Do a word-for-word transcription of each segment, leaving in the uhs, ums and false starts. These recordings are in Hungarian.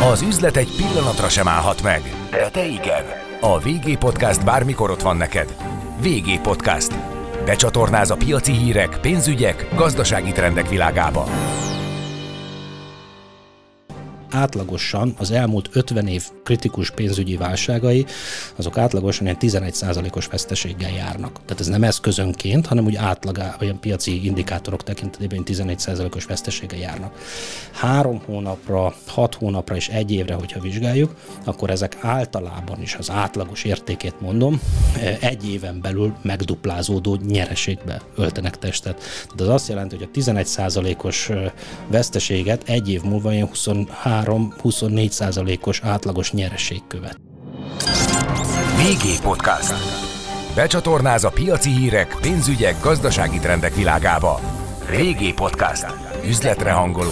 Az üzlet egy pillanatra sem állhat meg, de te igen. A vé gé Podcast bármikor ott van neked. vé gé Podcast. Becsatornáz a piaci hírek, pénzügyek, gazdasági trendek világába. Átlagosan az elmúlt ötven év kritikus pénzügyi válságai, azok átlagosan ilyen tizenegy százalékos veszteséggel járnak. Tehát ez nem eszközönként, hanem úgy átlagá, olyan piaci indikátorok tekintetében tizenegy százalékos veszteséggel járnak. Három hónapra, hat hónapra és egy évre, hogyha vizsgáljuk, akkor ezek általában is az átlagos értékét mondom, egy éven belül megduplázódó nyereségbe öltenek testet. Tehát az azt jelenti, hogy a tizenegy százalékos veszteséget egy év múlva ilyen huszonhárom-huszonnégy százalékos átlagos nyereség követ. vé gé Podcast. Becsatornáz a piaci hírek, pénzügyek, gazdasági trendek világába. vé gé Podcast. Üzletre hangoló.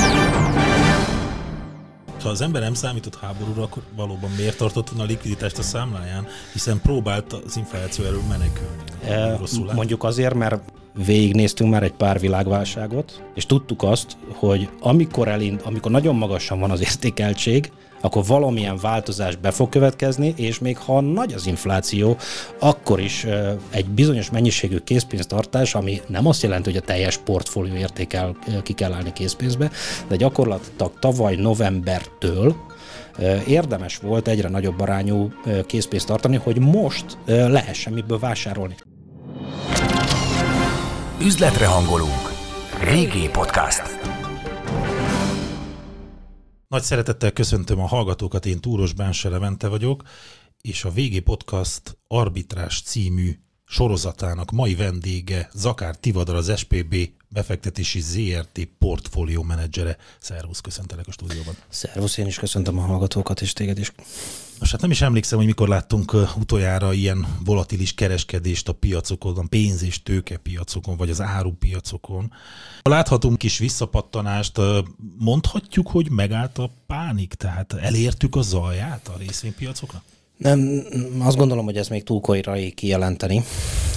Ha az ember nem számított háborúra, akkor valóban miért tartott volna a likviditást a számláján, hiszen próbált az infláció elől menekülni. E, mondjuk azért, mert végignéztünk már egy pár világválságot, és tudtuk azt, hogy amikor, elind, amikor nagyon magasan van az értékeltség, akkor valamilyen változás be fog következni, és még ha nagy az infláció, akkor is egy bizonyos mennyiségű készpénztartás, ami nem azt jelenti, hogy a teljes portfólió értékel ki kell állni készpénzbe, de gyakorlatilag tavaly novembertől érdemes volt egyre nagyobb arányú készpénzt tartani, hogy most lehessen miből vásárolni. Üzletre hangolunk. vé gé Podcast. Nagy szeretettel köszöntöm a hallgatókat, én Túros Bánse Levente vagyok, és a vé gé Podcast Arbitrás című sorozatának mai vendége Zakár Tivadar, az es pé bé befektetési zé er té portfólió menedzsere. Szervusz, köszöntelek a stúdióban. Szervusz, én is köszöntöm a hallgatókat, és téged is. Most hát nem is emlékszem, hogy mikor láttunk utoljára ilyen volatilis kereskedést a piacokon, a pénz- és tőkepiacokon, vagy az árupiacokon. Láthatunk kis visszapattanást, mondhatjuk, hogy megállt a pánik, tehát elértük a zalját a részvénypiacoknak? Nem, azt gondolom, hogy ez még túl korai kijelenteni.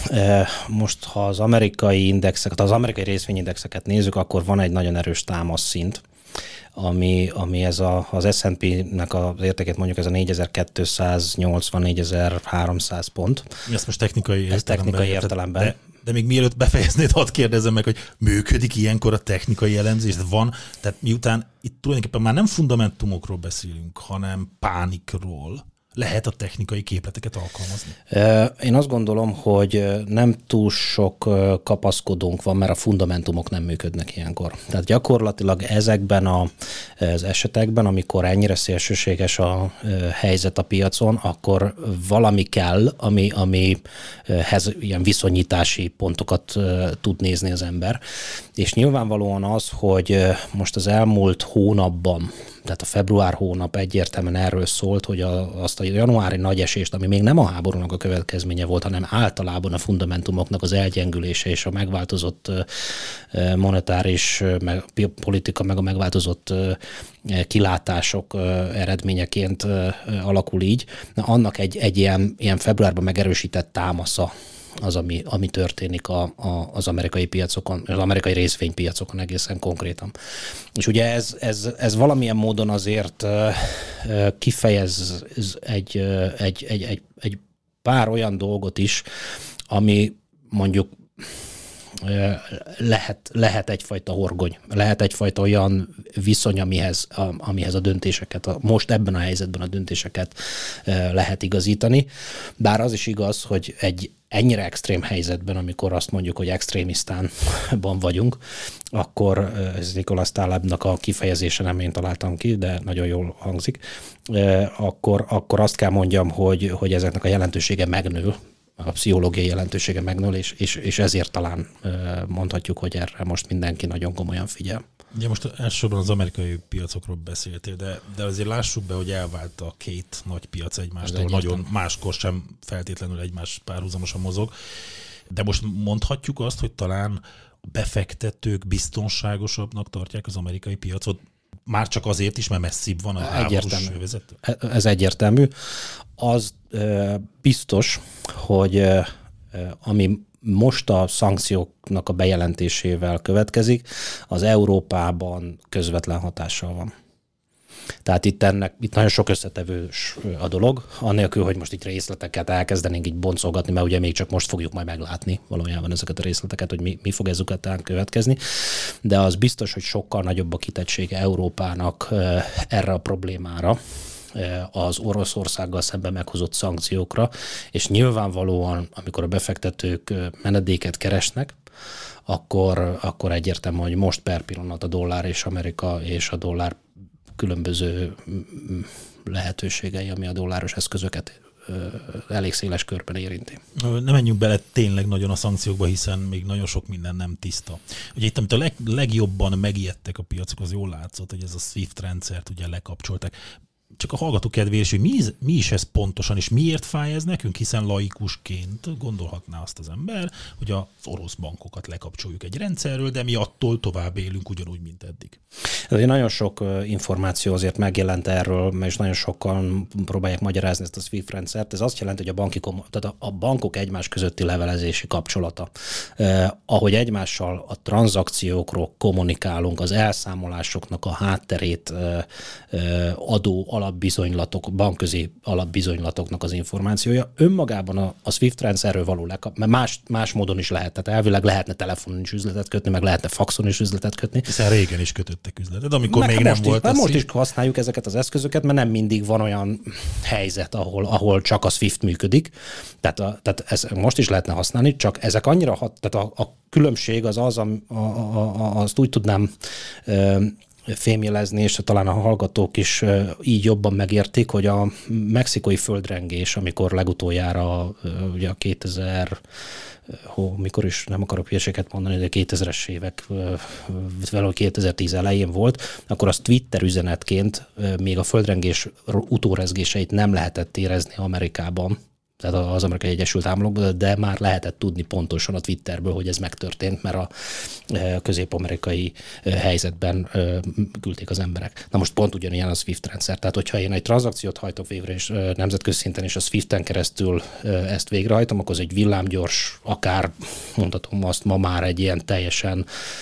Most, ha az amerikai indexeket, az amerikai részvényindexeket nézzük, akkor van egy nagyon erős támaszszint, ami, ami ez a, az es and pé-nek az értékét mondjuk ez a négyezer-kétszáznyolcvan - négyezer-háromszáz pont. Ezt most technikai ez értelemben. technikai értelemben. De, de még mielőtt befejeznéd, hadd kérdezem meg, hogy működik ilyenkor a technikai elemzés? Van, tehát miután itt tulajdonképpen már nem fundamentumokról beszélünk, hanem pánikról, lehet a technikai képleteket alkalmazni? Én azt gondolom, hogy nem túl sok kapaszkodónk van, mert a fundamentumok nem működnek ilyenkor. Tehát gyakorlatilag ezekben az esetekben, amikor ennyire szélsőséges a helyzet a piacon, akkor valami kell, ami, amihez ilyen viszonyítási pontokat tud nézni az ember. És nyilvánvalóan az, hogy most az elmúlt hónapban, tehát a február hónap egyértelműen erről szólt, hogy a, azt a januári nagy esést, ami még nem a háborúnak a következménye volt, hanem általában a fundamentumoknak az elgyengülése és a megváltozott monetáris meg, politika, meg a megváltozott kilátások eredményeként alakul így. Na, annak egy, egy ilyen, ilyen februárban megerősített támasza az, ami, ami történik a, a, az amerikai piacokon, az amerikai részvénypiacokon egészen konkrétan. És ugye ez, ez, ez valamilyen módon azért kifejez egy, egy, egy, egy, egy pár olyan dolgot is, ami mondjuk lehet, lehet egyfajta horgony, lehet egyfajta olyan viszony, amihez, amihez a döntéseket, a, most ebben a helyzetben a döntéseket lehet igazítani. Bár az is igaz, hogy egy ennyire extrém helyzetben, amikor azt mondjuk, hogy extrémisztánban vagyunk, akkor ez Nicholas Talebnak a kifejezése, nem én találtam ki, de nagyon jól hangzik, akkor, akkor azt kell mondjam, hogy, hogy ezeknek a jelentősége megnő, a pszichológiai jelentősége megnő, és, és, és ezért talán mondhatjuk, hogy erre most mindenki nagyon komolyan figyel. Ugye most elsősorban az amerikai piacokról beszéltél, de, de azért lássuk be, hogy elvált a két nagy piac egymástól, nagyon máskor sem feltétlenül egymás párhuzamosan mozog. De most mondhatjuk azt, hogy talán a befektetők biztonságosabbnak tartják az amerikai piacot, már csak azért is, mert messzibb van a háborús övezettől? Ez egyértelmű. Az ö, biztos, hogy ö, ami most a szankcióknak a bejelentésével következik, az Európában közvetlen hatással van. Tehát itt, ennek, itt nagyon sok összetevős a dolog, annélkül, hogy most itt részleteket elkezdenénk így boncolgatni, mert ugye még csak most fogjuk majd meglátni valójában ezeket a részleteket, hogy mi, mi fog ezután következni. De az biztos, hogy sokkal nagyobb a kitettsége Európának erre a problémára, az Oroszországgal szemben meghozott szankciókra, és nyilvánvalóan, amikor a befektetők menedéket keresnek, akkor, akkor egyértelmű, hogy most per pillanat a dollár és Amerika és a dollár különböző lehetőségei, ami a dolláros eszközöket elég széles körben érinti. Ne menjünk bele tényleg nagyon a szankciókba, hiszen még nagyon sok minden nem tiszta. Ugye itt, amit a leg, legjobban megijedtek a piacok, az jól látszott, hogy ez a SWIFT rendszert ugye lekapcsolták. Csak a hallgató kedvéért, hogy mi, mi is ez pontosan, és miért fáj ez nekünk, hiszen laikusként gondolhatná azt az ember, hogy az orosz bankokat lekapcsoljuk egy rendszerről, de mi attól tovább élünk ugyanúgy, mint eddig. Ez nagyon sok információ azért megjelent erről, és nagyon sokan próbálják magyarázni ezt a SWIFT rendszert. Ez azt jelenti, hogy a, banki, tehát a bankok egymás közötti levelezési kapcsolata. Eh, ahogy egymással a tranzakciókról kommunikálunk, az elszámolásoknak a hátterét eh, eh, adó alapbizonylatok, bankközi alapbizonylatoknak az információja. Önmagában a, a SWIFT rendszerről való lekap, mert más, más módon is lehet. Tehát elvileg lehetne telefonon is üzletet kötni, meg lehetne faxon is üzletet kötni. Hiszen régen is kötöttek üzletet, amikor meg még most nem is, volt. Most is használjuk ezeket az eszközöket, mert nem mindig van olyan helyzet, ahol, ahol csak a SWIFT működik. Tehát, a, tehát ez most is lehetne használni, csak ezek annyira hat, tehát a, a különbség az az, a, a, a, azt úgy tudnám ö, fémjelezni, és talán a hallgatók is így jobban megértik, hogy a mexikói földrengés, amikor legutoljára ugye a kétezer, hó, mikor is nem akarok hülyeséget mondani, de kétezres évek, valahogy kétezer-tíz elején volt, akkor az Twitter üzenetként még a földrengés utórezgéseit nem lehetett érezni Amerikában, tehát az Amerikai Egyesült Államokban, de már lehetett tudni pontosan a Twitterből, hogy ez megtörtént, mert a közép-amerikai helyzetben küldték az emberek. Na most pont ugyanilyen a SWIFT rendszer. Tehát, hogyha én egy tranzakciót hajtok végre, és nemzetközi szinten, és a SWIFT-en keresztül ezt végrehajtom, akkor az egy villámgyors, akár mondhatom azt, ma már egy ilyen teljesen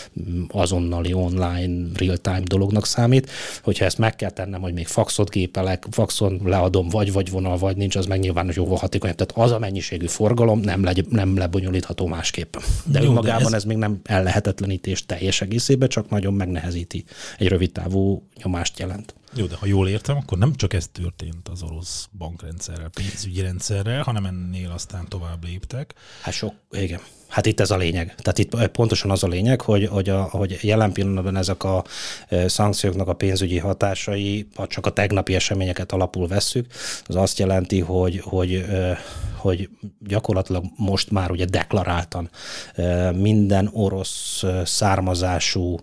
azonnali online real-time dolognak számít. Hogyha ezt meg kell tennem, hogy még faxot gépelek, faxon leadom, vagy vagy vonal, vagy nincs, az meg nyilván jóval hatékony. Tehát az a mennyiségű forgalom nem, le, nem lebonyolítható másképp. De Jó, önmagában de ez... ez még nem ellehetetlenítés teljes egészében, csak nagyon megnehezíti. Egy rövidtávú nyomást jelent. Jó, de ha jól értem, akkor nem csak ez történt az orosz bankrendszerrel, pénzügyi rendszerrel, hanem ennél aztán tovább léptek. Hát sok, igen. Hát itt ez a lényeg. Tehát itt pontosan az a lényeg, hogy, hogy, a, hogy jelen pillanatban ezek a szankcióknak a pénzügyi hatásai, ha csak a tegnapi eseményeket alapul vesszük, az azt jelenti, hogy, hogy, hogy gyakorlatilag most már ugye deklaráltan minden orosz származású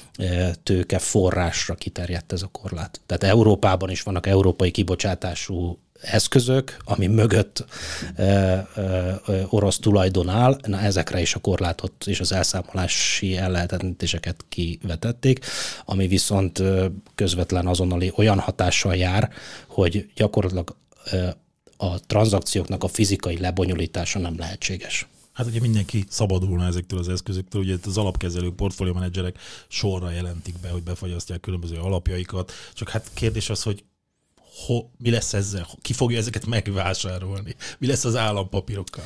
tőke forrásra kiterjedt ez a korlát. Tehát Európában is vannak európai kibocsátású eszközök, ami mögött ö, ö, ö, orosz tulajdon áll, na ezekre is a korlátot és az elszámolási ellehetetlenítéseket kivetették, ami viszont közvetlen azonnali olyan hatással jár, hogy gyakorlatilag ö, a tranzakcióknak a fizikai lebonyolítása nem lehetséges. Hát ugye mindenki szabadulna ezektől az eszközöktől, ugye az alapkezelők, portfóliómenedzserek sorra jelentik be, hogy befagyasztják különböző alapjaikat, csak hát kérdés az, hogy ho, mi lesz ezzel, ki fogja ezeket megvásárolni, mi lesz az állampapírokkal?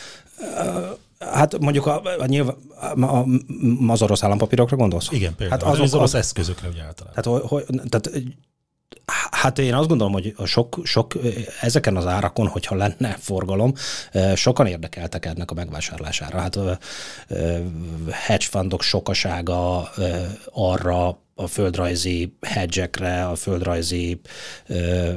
Hát mondjuk a, a, nyilván, a, az orosz állampapírokra gondolsz? Igen, például hát az, az orosz eszközökre ugye általában. Tehát, hogy, tehát Hát én azt gondolom, hogy a sok, sok, ezeken az árakon, hogyha lenne forgalom, sokan érdekeltek ennek a megvásárlására. Hát hedge fundok sokasága arra a földrajzi hedge-ekre, a földrajzi ö,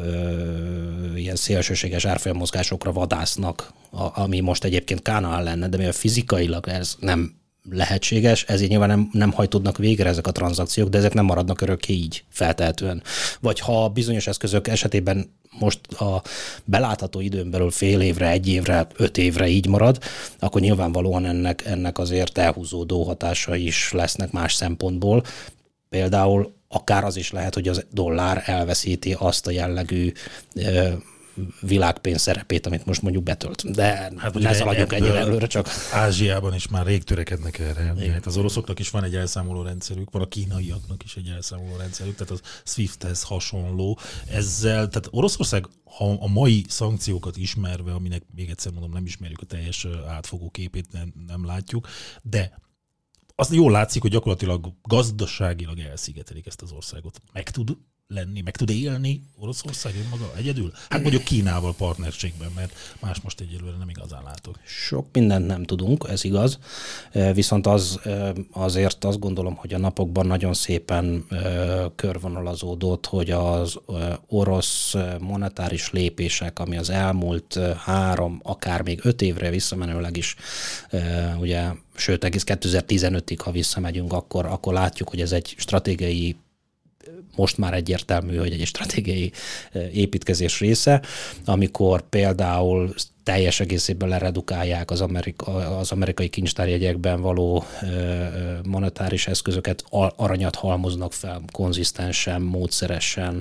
ö, ilyen szélsőséges árfolyamozgásokra vadásznak, a, ami most egyébként Kánaán lenne, de mivel fizikailag ez nem lehetséges, ezért nyilván nem, nem hajtódnak végre ezek a tranzakciók, de ezek nem maradnak örökké így feltehetően. Vagy ha bizonyos eszközök esetében most a belátható időn belül fél évre, egy évre, öt évre így marad, akkor nyilvánvalóan ennek, ennek azért elhúzódó hatása is lesznek más szempontból. Például akár az is lehet, hogy az dollár elveszíti azt a jellegű ö, világpénz szerepét, amit most mondjuk betölt. De hát, ne szaladjunk ennyire előre, csak... Ázsiában is már rég törekednek erre. Hát az oroszoknak is van egy elszámoló rendszerük, van a kínaiaknak is egy elszámoló rendszerük, tehát az SWIFT-hez hasonló. Ezzel, tehát Oroszország, ha a mai szankciókat ismerve, aminek még egyszer mondom, nem ismerjük a teljes átfogó képét, nem, nem látjuk, de azt jól látszik, hogy gyakorlatilag gazdaságilag elszigetelik ezt az országot. Meg tud lenni, meg tud élni Oroszország önmaga egyedül? Hát mondjuk Kínával partnerségben, mert más most egyelőre nem igazán látok. Sok mindent nem tudunk, ez igaz, viszont az, azért azt gondolom, hogy a napokban nagyon szépen körvonalazódott, hogy az orosz monetáris lépések, ami az elmúlt három, akár még öt évre visszamenőleg is, ugye, sőt egész kétezer-tizenötig, ha visszamegyünk, akkor, akkor látjuk, hogy ez egy stratégiai, most már egyértelmű, hogy egy stratégiai építkezés része, amikor például teljes egészében leredukálják az, Amerika, az amerikai kincstárjegyekben való monetáris eszközöket, aranyat halmoznak fel konzisztensen, módszeresen,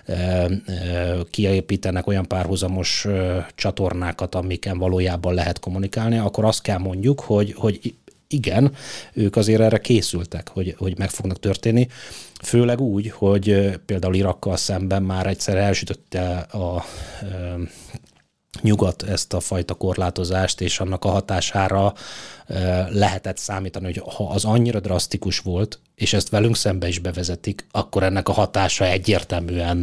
kiépítenek olyan párhuzamos csatornákat, amiken valójában lehet kommunikálni, akkor azt kell mondjuk, hogy, hogy igen, ők azért erre készültek, hogy, hogy meg fognak történni, főleg úgy, hogy például Irakkal szemben már egyszer elsütötte a, a nyugat ezt a fajta korlátozást, és annak a hatására lehetett számítani, hogy ha az annyira drasztikus volt, és ezt velünk szembe is bevezetik, akkor ennek a hatása egyértelműen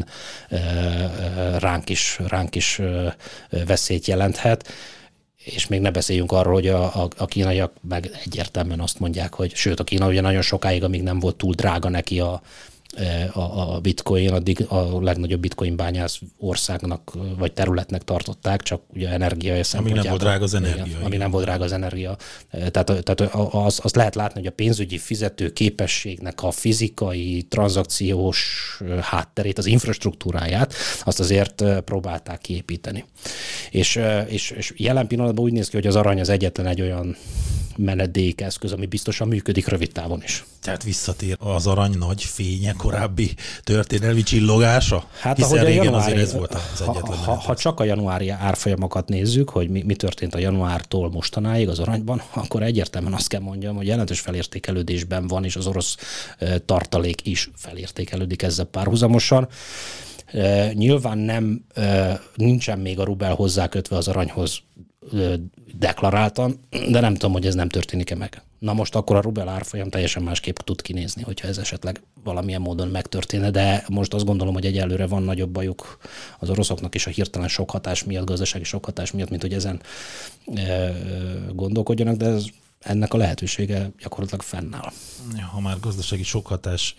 ránk is, ránk is veszélyt jelenthet. És még ne beszéljünk arról, hogy a, a, a kínaiak meg egyértelműen azt mondják, hogy sőt, a Kína ugye nagyon sokáig, amíg nem volt túl drága neki a, a, a bitcoin, addig a legnagyobb bitcoin bányász országnak vagy területnek tartották, csak ugye energia szempontjából. Amíg nem volt drága az energia. Igen, amíg nem volt drága az energia. Tehát, tehát az, azt lehet látni, hogy a pénzügyi fizető képességnek a fizikai, tranzakciós hátterét, az infrastruktúráját, azt azért próbálták kiépíteni. És, és, és jelen pillanatban úgy néz ki, hogy az arany az egyetlen egy olyan menedékeszköz, ami biztosan működik rövid távon is. Tehát visszatér az arany nagy fénye korábbi történelmi csillogása? Hát hiszen ahogy a régen januári, azért ez volt az egyetlen ha, ha, ha csak a januári árfolyamokat nézzük, hogy mi, mi történt a januártól mostanáig az aranyban, akkor egyértelműen azt kell mondjam, hogy jelentős felértékelődésben van, és az orosz tartalék is felértékelődik ezzel párhuzamosan. Uh, nyilván nem, uh, nincsen még a rubel hozzákötve az aranyhoz uh, deklaráltan, de nem tudom, hogy ez nem történik-e meg. Na most akkor a rubel árfolyam teljesen másképp tud kinézni, hogyha ez esetleg valamilyen módon megtörténne, de most azt gondolom, hogy egyelőre van nagyobb bajuk az oroszoknak is a hirtelen sok hatás miatt, gazdasági sok hatás miatt, mint hogy ezen uh, gondolkodjanak, de ez, ennek a lehetősége gyakorlatilag fennáll. Ha már gazdasági sok hatás,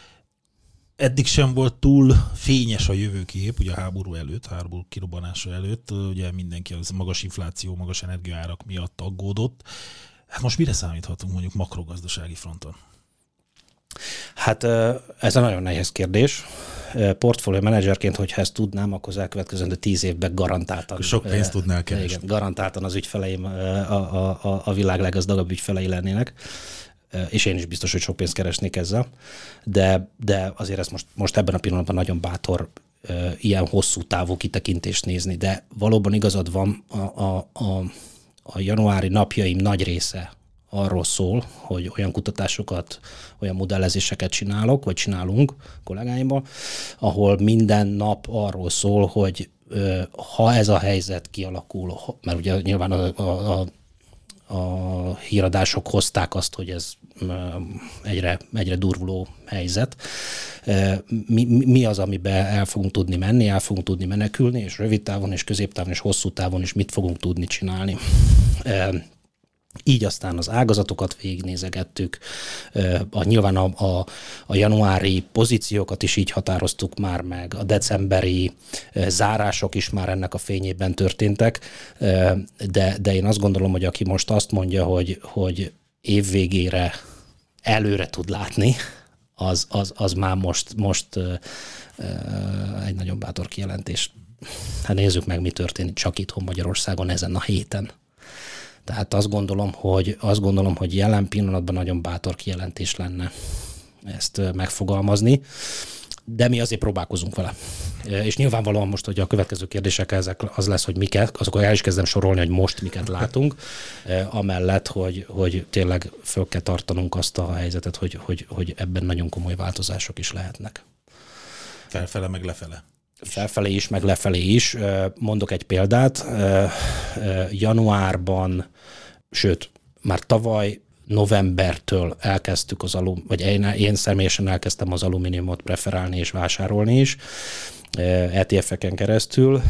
eddig sem volt túl fényes a jövőkép, ugye a háború előtt, a háború kirobbanása előtt, ugye mindenki az magas infláció, magas energiaárak miatt aggódott. Hát most mire számíthatunk mondjuk makrogazdasági fronton? Hát ez egy nagyon nehéz kérdés. Portfólió menedzserként, hogyha ezt tudnám, akkor az elkövetkezendő tíz évben garantáltan. Sok pénzt tudnál keresni. Igen, garantáltan az ügyfeleim a, a, a világ leggazdagabb ügyfelei lennének. És én is biztos, hogy sok pénzt keresnék ezzel, de, de azért ez most, most ebben a pillanatban nagyon bátor uh, ilyen hosszú távú kitekintést nézni, de valóban igazad van, a, a, a, a januári napjaim nagy része arról szól, hogy olyan kutatásokat, olyan modellezéseket csinálok, vagy csinálunk kollégáimmal, ahol minden nap arról szól, hogy uh, ha ez a helyzet kialakul, mert ugye nyilván a, a, a a híradások hozták azt, hogy ez egyre, egyre durvuló helyzet. Mi, mi az, amiben el fogunk tudni menni, el fogunk tudni menekülni, és rövid távon, és középtávon, és hosszú távon is mit fogunk tudni csinálni. Így aztán az ágazatokat végignézegettük, a, nyilván a, a, a januári pozíciókat is így határoztuk már meg, a decemberi zárások is már ennek a fényében történtek, de, de én azt gondolom, hogy aki most azt mondja, hogy, hogy év végére előre tud látni, az, az, az már most, most egy nagyon bátor kijelentés. Hát nézzük meg, mi történik csak itthon Magyarországon ezen a héten. Tehát azt gondolom, hogy, azt gondolom, hogy jelen pillanatban nagyon bátor kijelentés lenne ezt megfogalmazni, de mi azért próbálkozunk vele. És nyilvánvalóan most, hogy a következő kérdések ezek az lesz, hogy miket, azokkal el is kezdem sorolni, hogy most miket látunk, amellett, hogy, hogy tényleg föl kell tartanunk azt a helyzetet, hogy, hogy, hogy ebben nagyon komoly változások is lehetnek. Felfele meg lefele. Felfelé is, meg lefelé is. Mondok egy példát. Januárban, sőt, már tavaly novembertől elkezdtük az alum, vagy én, én személyesen elkezdtem az alumíniumot preferálni és vásárolni is, é té ef-eken keresztül.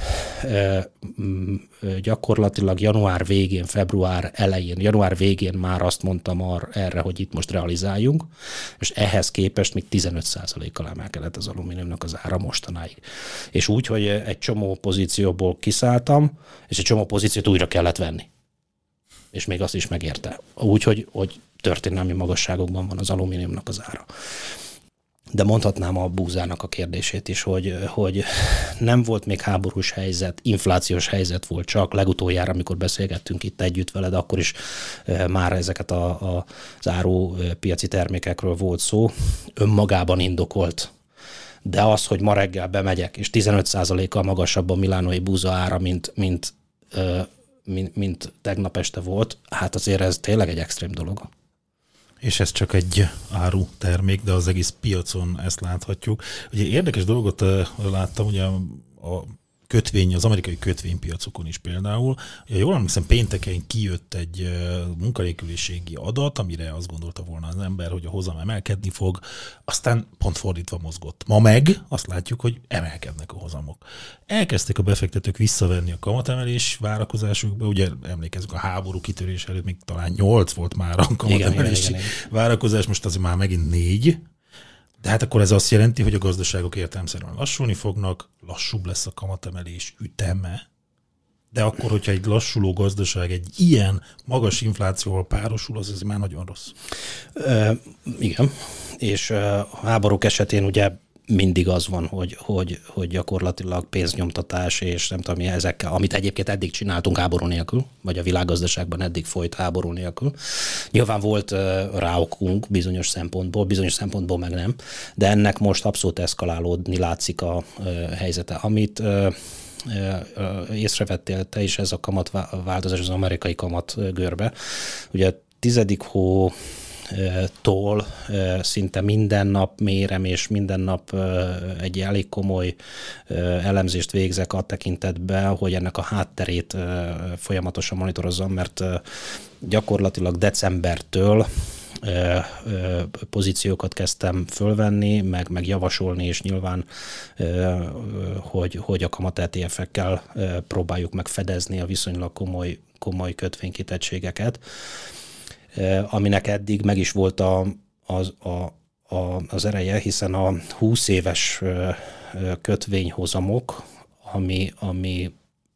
Gyakorlatilag január végén, február elején, január végén már azt mondtam arra, erre, hogy itt most realizáljunk, és ehhez képest még tizenöt százalékkal emelkedett az alumíniumnak az ára mostanáig. És úgy, hogy egy csomó pozícióból kiszálltam, és egy csomó pozíciót újra kellett venni. És még azt is megérte. Úgy, hogy, hogy történelmi magasságokban van az alumíniumnak az ára. De mondhatnám a búzának a kérdését is, hogy, hogy nem volt még háborús helyzet, inflációs helyzet volt csak. Legutoljára, amikor beszélgettünk itt együtt veled, akkor is már ezeket a, a, az árupiaci termékekről volt szó. Önmagában indokolt. De az, hogy ma reggel bemegyek, és tizenöt százalékkal magasabb a milánói búza ára, mint, mint, mint, mint tegnap este volt, hát azért ez tényleg egy extrém dolog. És ez csak egy áru termék, de az egész piacon ezt láthatjuk. Ugye érdekes dolgot láttam, ugye a kötvény, az amerikai kötvénypiacokon is például. Ugye jól emlékszem, pénteken kijött egy munkanélküliségi adat, amire azt gondolta volna az ember, hogy a hozam emelkedni fog, aztán pont fordítva mozgott. Ma meg azt látjuk, hogy emelkednek a hozamok. Elkezdték a befektetők visszavenni a kamatemelés várakozásukba, ugye emlékezzük a háború kitörés előtt, még talán nyolc volt már a kamatemelési várakozás, most azért már megint négy. De hát akkor ez azt jelenti, hogy a gazdaságok értelemszerűen lassulni fognak, lassúbb lesz a kamatemelés üteme, de akkor, hogyha egy lassuló gazdaság egy ilyen magas inflációval párosul, az ez már nagyon rossz. E, igen, és a háborúk esetén ugye mindig az van, hogy, hogy, hogy gyakorlatilag pénznyomtatás, és nem tudom, ezekkel, amit egyébként eddig csináltunk háború nélkül, vagy a világgazdaságban eddig folyt háború nélkül. Nyilván volt ráokunk bizonyos szempontból, bizonyos szempontból meg nem, de ennek most abszolút eszkalálódni látszik a helyzete. Amit észrevettél te is, ez a kamatváltozás, az amerikai kamat görbe. Ugye tizedik hó tól szinte minden nap mérem, és minden nap egy elég komoly elemzést végzek a tekintetben, hogy ennek a hátterét folyamatosan monitorozzam, mert gyakorlatilag decembertől pozíciókat kezdtem fölvenni, meg, meg javasolni, és nyilván, hogy, hogy a kamat é té ef-ekkel próbáljuk megfedezni a viszonylag komoly, komoly kötvénykitettségeket, aminek eddig meg is volt a, az, a, a, az ereje, hiszen a húsz éves kötvényhozamok, ami, ami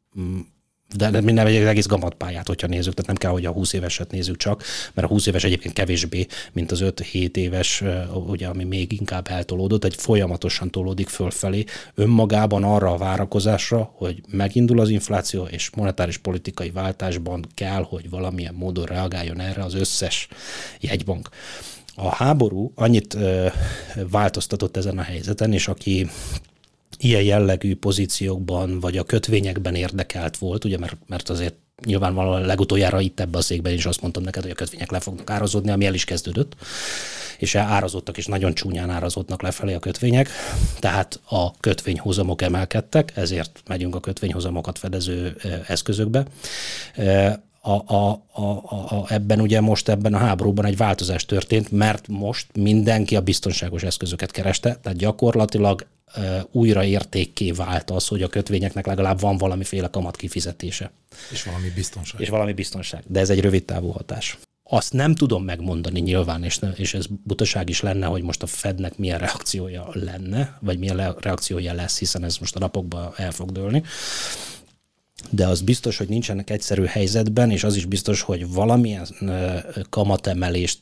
de nem egy egész gamatpályát, hogyha nézzük, tehát nem kell, hogy a húsz éveset nézzük csak, mert a húsz éves egyébként kevésbé, mint az öt-hét éves, ugye, ami még inkább eltolódott, egy folyamatosan tolódik fölfelé, önmagában arra a várakozásra, hogy megindul az infláció, és monetáris politikai váltásban kell, hogy valamilyen módon reagáljon erre az összes jegybank. A háború annyit ö, változtatott ezen a helyzeten, és aki ilyen jellegű pozíciókban, vagy a kötvényekben érdekelt volt, ugye, mert, mert azért nyilvánvalóan legutoljára itt ebben a székben is azt mondtam neked, hogy a kötvények le fognak árazódni, ami el is kezdődött, és árazódtak, és nagyon csúnyán árazódnak lefelé a kötvények, tehát a kötvényhozamok emelkedtek, ezért megyünk a kötvényhozamokat fedező eszközökbe. A, a, a, a, ebben ugye most ebben a háborúban egy változás történt, mert most mindenki a biztonságos eszközöket kereste, tehát gyakorlatilag e, újra értékké vált az, hogy a kötvényeknek legalább van valamiféle kamat kifizetése. És valami biztonság. És valami biztonság, de ez egy rövid távú hatás. Azt nem tudom megmondani nyilván, és, ne, és ez butaság is lenne, hogy most a Fednek milyen reakciója lenne, vagy milyen reakciója lesz, hiszen ez most a napokban el fog dőlni. De az biztos, hogy nincsenek egyszerű helyzetben, és az is biztos, hogy valamilyen kamatemelést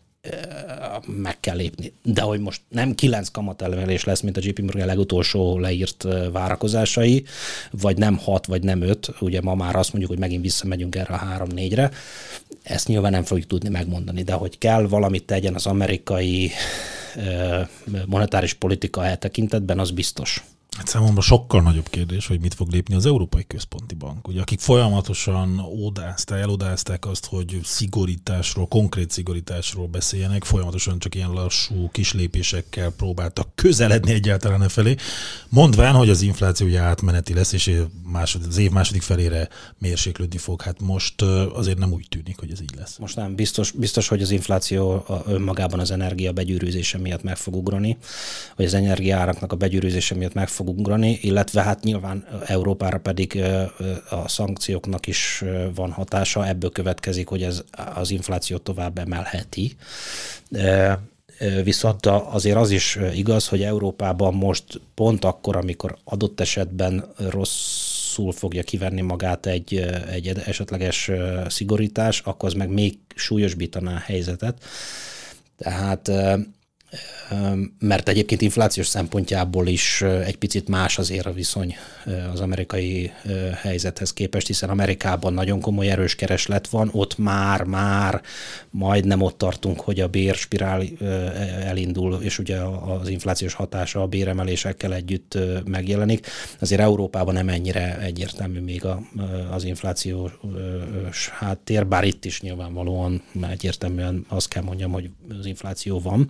meg kell lépni. De hogy most nem kilenc kamatemelés lesz, mint a jé pé Morgan legutolsó leírt várakozásai, vagy nem hat, vagy nem öt, ugye ma már azt mondjuk, hogy megint visszamegyünk erre a három-négyre, ezt nyilván nem fogjuk tudni megmondani, de hogy kell valamit tegyen az amerikai monetáris politika e tekintetben, az biztos. Hát számomra sokkal nagyobb kérdés, hogy mit fog lépni az Európai Központi Bank, ugye, akik folyamatosan ódázták, elodázták azt, hogy szigorításról, konkrét szigorításról beszéljenek, folyamatosan csak ilyen lassú kis lépésekkel próbáltak közeledni egyáltalán e felé, mondván, hogy az infláció ugye átmeneti lesz, és másod, az év második felére mérséklődni fog. Hát most azért nem úgy tűnik, hogy ez így lesz. Most nem. Biztos, biztos hogy az infláció önmagában az energia begyűrűzése miatt meg fog ugrani, vagy az energiaáraknak a begyűrűzése miatt meg fog ugrani, illetve hát nyilván Európára pedig a szankcióknak is van hatása, ebből következik, hogy ez az inflációt tovább emelheti. Viszont azért az is igaz, hogy Európában most pont akkor, amikor adott esetben rosszul fogja kivenni magát egy, egy esetleges szigorítás, akkor az meg még súlyosbítaná a helyzetet. Tehát mert egyébként inflációs szempontjából is egy picit más azért a viszony az amerikai helyzethez képest, hiszen Amerikában nagyon komoly erős kereslet van, ott már, már majdnem ott tartunk, hogy a bérspirál elindul, és ugye az inflációs hatása a béremelésekkel együtt megjelenik. Azért Európában nem ennyire egyértelmű még az inflációs háttér, bár itt is nyilvánvalóan egyértelműen azt kell mondjam, hogy az infláció van.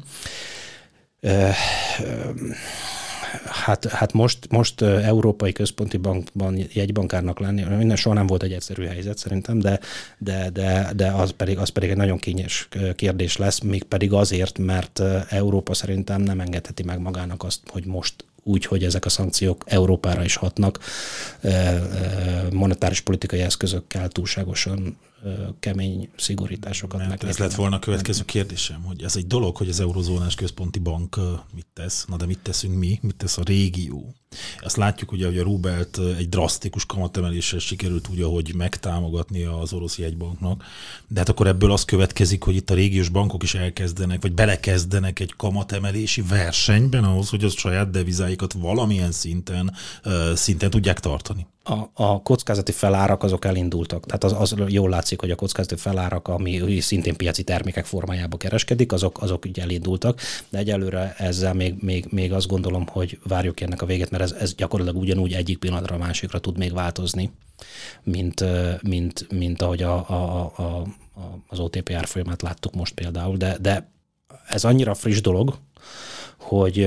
Hát, hát most, most Európai Központi Bankban jegybankárnak lenni, minden soha nem volt egy egyszerű helyzet szerintem, de, de, de, de az, pedig, az pedig egy nagyon kényes kérdés lesz, mégpedig azért, mert Európa szerintem nem engedheti meg magának azt, hogy most úgy, hogy ezek a szankciók Európára is hatnak, monetáris politikai eszközökkel túlságosan kemény szigorításokat meg. Ez lett volna a következő kérdésem, hogy ez egy dolog, hogy az Eurozónás Központi Bank mit tesz, na de mit teszünk mi, mit tesz a régió? Azt látjuk ugye, hogy a rubelt egy drasztikus kamatemeléssel sikerült úgy, ahogy megtámogatni az orosz jegybanknak, de hát akkor ebből az következik, hogy itt a régiós bankok is elkezdenek, vagy belekezdenek egy kamatemelési versenyben ahhoz, hogy a saját devizáikat valamilyen szinten, szinten tudják tartani. A, a kockázati felárak azok elindultak. Tehát az, az jól látszik, hogy a kockázati felárak, ami szintén piaci termékek formájába kereskedik, azok, azok így elindultak, de egyelőre ezzel még, még, még azt gondolom, hogy várjuk ennek a végét, mert ez, ez gyakorlatilag ugyanúgy egyik pillanatra a másikra tud még változni, mint, mint, mint ahogy a, a, a, az o té pé árfolyamát láttuk most például, de, de ez annyira friss dolog, hogy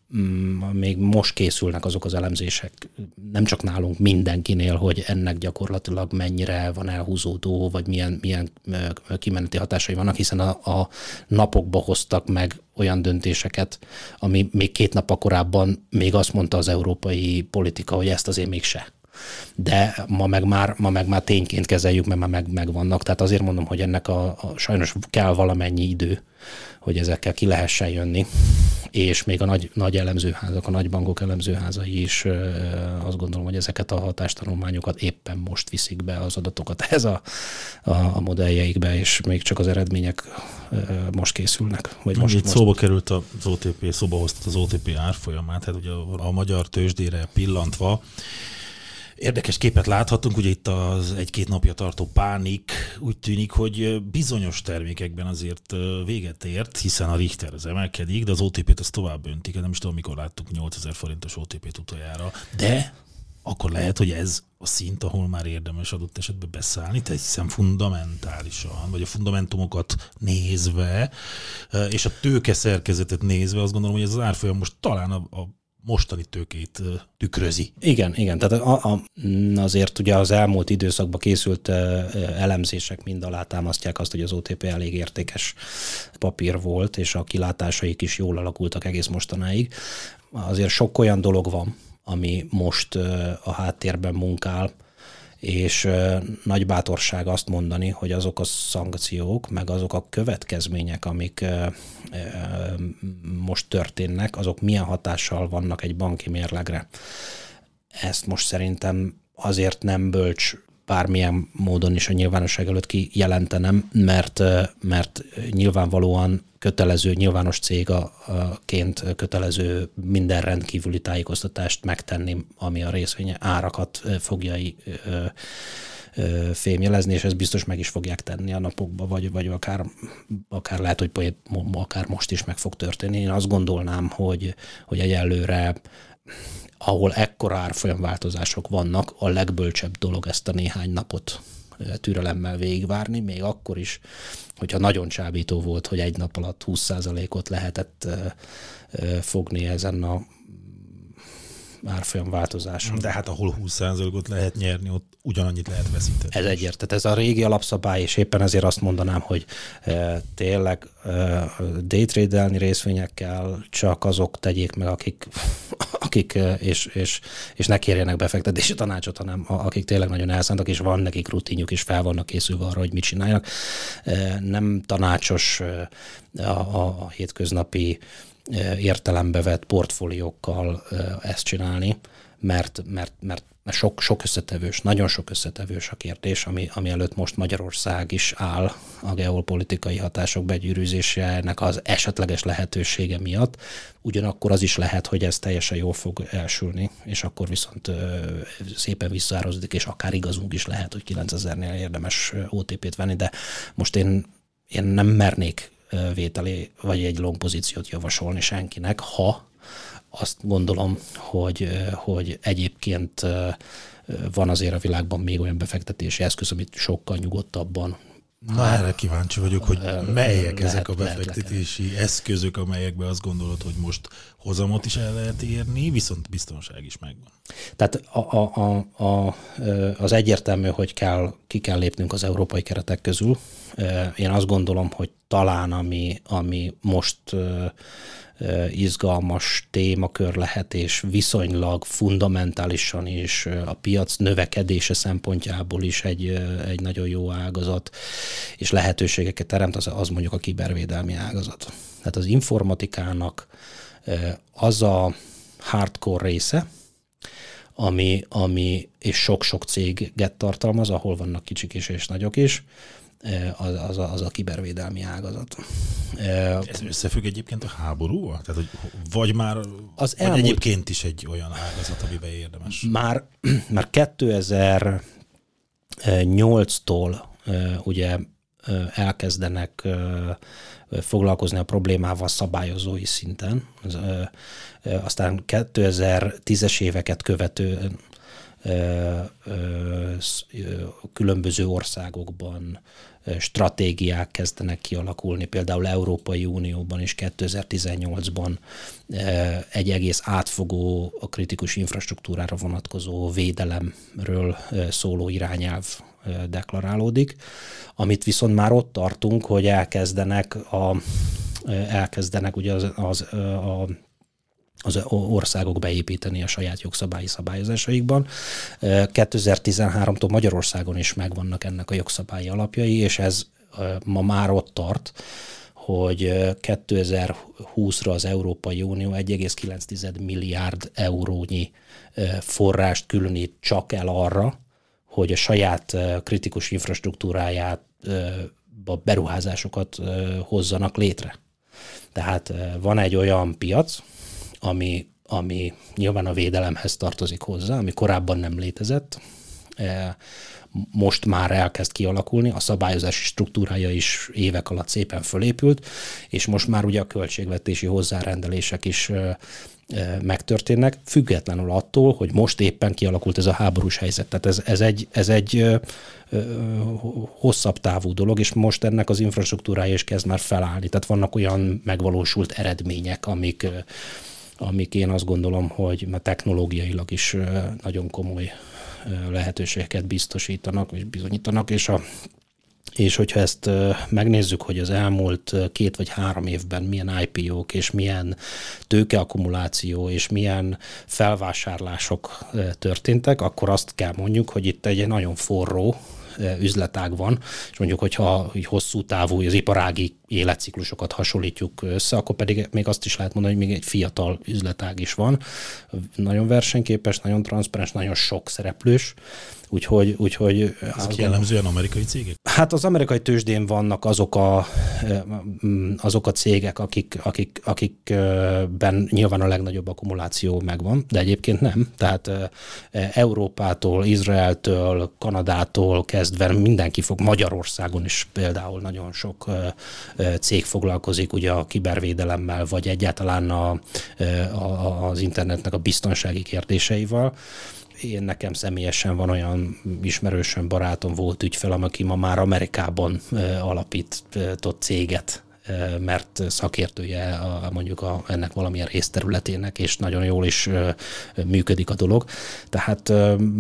még most készülnek azok az elemzések, nem csak nálunk, mindenkinél, hogy ennek gyakorlatilag mennyire van elhúzódó, vagy milyen, milyen kimeneti hatásai vannak, hiszen a, a napokba hoztak meg olyan döntéseket, ami még két nap korábban még azt mondta az európai politika, hogy ezt azért mégse. De ma meg már, ma meg már tényként kezeljük, mert már meg, megvannak. Tehát azért mondom, hogy ennek a, a sajnos kell valamennyi idő, hogy ezekkel ki lehessen jönni. És még a nagy, nagy elemzőházak, a nagy bankok elemzőházai is azt gondolom, hogy ezeket a hatástanulmányokat éppen most viszik be az adatokat ez a, a, a modelljeikbe, és még csak az eredmények most készülnek. Vagy most, Itt most... szóba került az o té pé, szóba hoztat az o té pé árfolyamát, hát ugye a, a magyar tőzsdére pillantva, érdekes képet láthatunk, ugye itt az egy-két napja tartó pánik úgy tűnik, hogy bizonyos termékekben azért véget ért, hiszen a Richter az emelkedik, de az o té pét az tovább öntik. Nem is tudom, mikor láttuk nyolcezer forintos o té pét utoljára, de akkor lehet, hogy ez a szint, ahol már érdemes adott esetben beszállni, tehát hiszen fundamentálisan, vagy a fundamentumokat nézve, és a tőke szerkezetet nézve azt gondolom, hogy ez az árfolyam most talán a, a mostani tőkét tükrözi. Igen, igen. Tehát a, a, azért ugye az elmúlt időszakban készült elemzések mind alátámasztják azt, hogy az o té pé elég értékes papír volt, és a kilátásaik is jól alakultak egész mostanáig. Azért sok olyan dolog van, ami most a háttérben munkál, és nagy bátorság azt mondani, hogy azok a szankciók, meg azok a következmények, amik most történnek, azok milyen hatással vannak egy banki mérlegre. Ezt most szerintem azért nem bölcs bármilyen módon is a nyilvánosság előtt kijelentenem, mert, mert nyilvánvalóan kötelező, nyilvános cégként kötelező minden rendkívüli tájékoztatást megtenni, ami a részvény árakat fogja fémjelezni, és ezt biztos meg is fogják tenni a napokban, vagy, vagy akár, akár lehet, hogy akár most is meg fog történni. Én azt gondolnám, hogy, hogy egyelőre ahol ekkora árfolyamváltozások vannak, a legbölcsebb dolog ezt a néhány napot türelemmel végigvárni, még akkor is, hogyha nagyon csábító volt, hogy egy nap alatt húsz százalékot lehetett fogni ezen a árfolyamváltozáson. De hát ahol húsz százalékot lehet nyerni, ott ugyanannyit lehet veszíteni. Ez egyértelmű. Ez a régi alapszabály, és éppen ezért azt mondanám, hogy e, tényleg e, daytrade-elni részvényekkel csak azok tegyék meg, akik, akik e, és, és, és ne kérjenek befektetési tanácsot, hanem akik tényleg nagyon elszántak, és van nekik rutinjuk, és fel vannak készülve arra, hogy mit csináljanak. E, nem tanácsos e, a, a, a hétköznapi értelembe vett portfóliókkal ezt csinálni, mert, mert, mert sok, sok összetevős, nagyon sok összetevős a kérdés, ami, ami előtt most Magyarország is áll a geopolitikai hatások begyűrűzésének az esetleges lehetősége miatt. Ugyanakkor az is lehet, hogy ez teljesen jól fog elsülni, és akkor viszont szépen visszaározódik, és akár igazunk is lehet, hogy kilencezernél érdemes o té pét venni, de most én, én nem mernék vételi, vagy egy long pozíciót javasolni senkinek, ha azt gondolom, hogy, hogy egyébként van azért a világban még olyan befektetési eszköz, amit sokkal nyugodtabban. Na, erre kíváncsi vagyok, hogy melyek lehet, ezek a befektetési lehet, eszközök, amelyekben azt gondolod, hogy most hozamot is el lehet érni, viszont biztonság is megvan. Tehát a, a, a, a, az egyértelmű, hogy kell, ki kell lépnünk az európai keretek közül. Én azt gondolom, hogy talán ami, ami most izgalmas témakör lehet, és viszonylag fundamentálisan is a piac növekedése szempontjából is egy, egy nagyon jó ágazat, és lehetőségeket teremt, az, az mondjuk a kibervédelmi ágazat. Tehát az informatikának az a hardcore része, ami, ami és sok-sok céget tartalmaz, ahol vannak kicsik is és nagyok is, az, az, a, az a kibervédelmi ágazat. Ez összefügg egyébként a háborúval? Tehát, hogy vagy már az vagy elmúlt, egyébként is egy olyan ágazat, amiben érdemes? Már, már kétezer-nyolctól ugye elkezdenek foglalkozni a problémával szabályozói szinten. Aztán kétezer-tízes éveket követően különböző országokban stratégiák kezdenek kialakulni, például Európai Unióban is kétezer-tizennyolcban egy egész átfogó, a kritikus infrastruktúrára vonatkozó védelemről szóló irányelv deklarálódik, amit viszont már ott tartunk, hogy elkezdenek, a, elkezdenek ugye az, az a az országok beépíteni a saját jogszabályi szabályozásaikban. kétezer-tizenháromtól Magyarországon is megvannak ennek a jogszabályi alapjai, és ez ma már ott tart, hogy kétezer-húszra az Európai Unió egy egész kilenc milliárd eurónyi forrást különít csak el arra, hogy a saját kritikus infrastruktúráját, a beruházásokat hozzanak létre. Tehát van egy olyan piac, ami, ami nyilván a védelemhez tartozik hozzá, ami korábban nem létezett, most már elkezd kialakulni, a szabályozási struktúrája is évek alatt szépen fölépült, és most már ugye a költségvetési hozzárendelések is megtörténnek, függetlenül attól, hogy most éppen kialakult ez a háborús helyzet. Tehát ez, ez egy, ez egy ö, ö, hosszabb távú dolog, és most ennek az infrastruktúrája is kezd már felállni. Tehát vannak olyan megvalósult eredmények, amik, ö, amik én azt gondolom, hogy technológiailag is ö, nagyon komoly ö, lehetőségeket biztosítanak, és bizonyítanak, és a És hogyha ezt megnézzük, hogy az elmúlt két vagy három évben milyen I P O-k és milyen tőkeakkumuláció és milyen felvásárlások történtek, akkor azt kell mondjuk, hogy itt egy nagyon forró üzletág van, és mondjuk, hogyha hosszú távú az iparági életciklusokat hasonlítjuk össze, akkor pedig még azt is lehet mondani, hogy még egy fiatal üzletág is van. Nagyon versenyképes, nagyon transzparens, nagyon sok szereplős, úgyhogy... úgyhogy ezek jellemzően amerikai cégek? Hát az amerikai tőzsdén vannak azok a, azok a cégek, akik, akik, akikben nyilván a legnagyobb akkumuláció megvan, de egyébként nem. Tehát Európától, Izraeltől, Kanadától kezdve mindenki fog, Magyarországon is például nagyon sok cég foglalkozik ugye a kibervédelemmel, vagy egyáltalán a, a, az internetnek a biztonsági kérdéseivel. Én nekem személyesen van olyan ismerősöm, barátom, volt ügyfel, aki ma már Amerikában alapított céget, mert szakértője a, mondjuk a, ennek valamilyen részterületének, és nagyon jól is működik a dolog. Tehát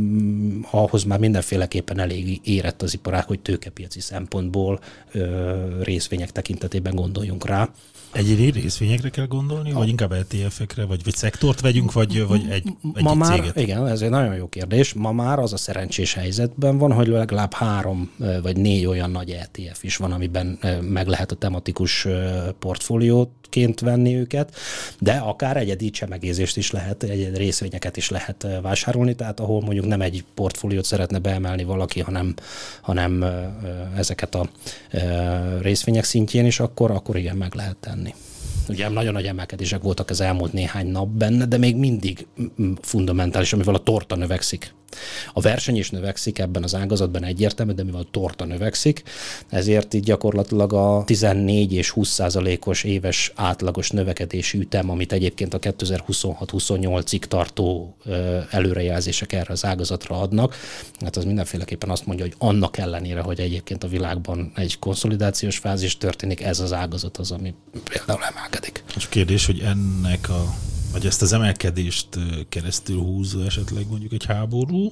ahhoz már mindenféleképpen elég érett az iparág, hogy tőkepiaci szempontból részvények tekintetében gondoljunk rá. Egyéni részvényekre kell gondolni, vagy inkább é té ef-ekre, vagy, vagy szektort vegyünk, vagy, vagy egy, egy Ma már, céget? Igen, ez egy nagyon jó kérdés. Ma már az a szerencsés helyzetben van, hogy legalább három vagy négy olyan nagy é té ef is van, amiben meg lehet a tematikus portfólióként venni őket, de akár egyedi csemegézést is lehet, egyedi részvényeket is lehet vásárolni, tehát ahol mondjuk nem egy portfóliót szeretne beemelni valaki, hanem, hanem ezeket a részvények szintjén is, akkor, akkor igen, meg lehet tenni. Ugye nagyon nagy emelkedések voltak az elmúlt néhány nap benne, de még mindig fundamentális, amivel a torta növekszik. A verseny is növekszik ebben az ágazatban egyértelmű, de mivel a torta növekszik, ezért így gyakorlatilag a tizennégy és húsz százalékos éves átlagos növekedési ütem, amit egyébként a kétezer-huszonhat-huszonnyolcig tartó előrejelzések erre az ágazatra adnak, hát az mindenféleképpen azt mondja, hogy annak ellenére, hogy egyébként a világban egy konszolidációs fázis történik, ez az ágazat az, ami például emelkedik. És a kérdés, hogy ennek a vagy ezt az emelkedést keresztül húzza esetleg mondjuk egy háború,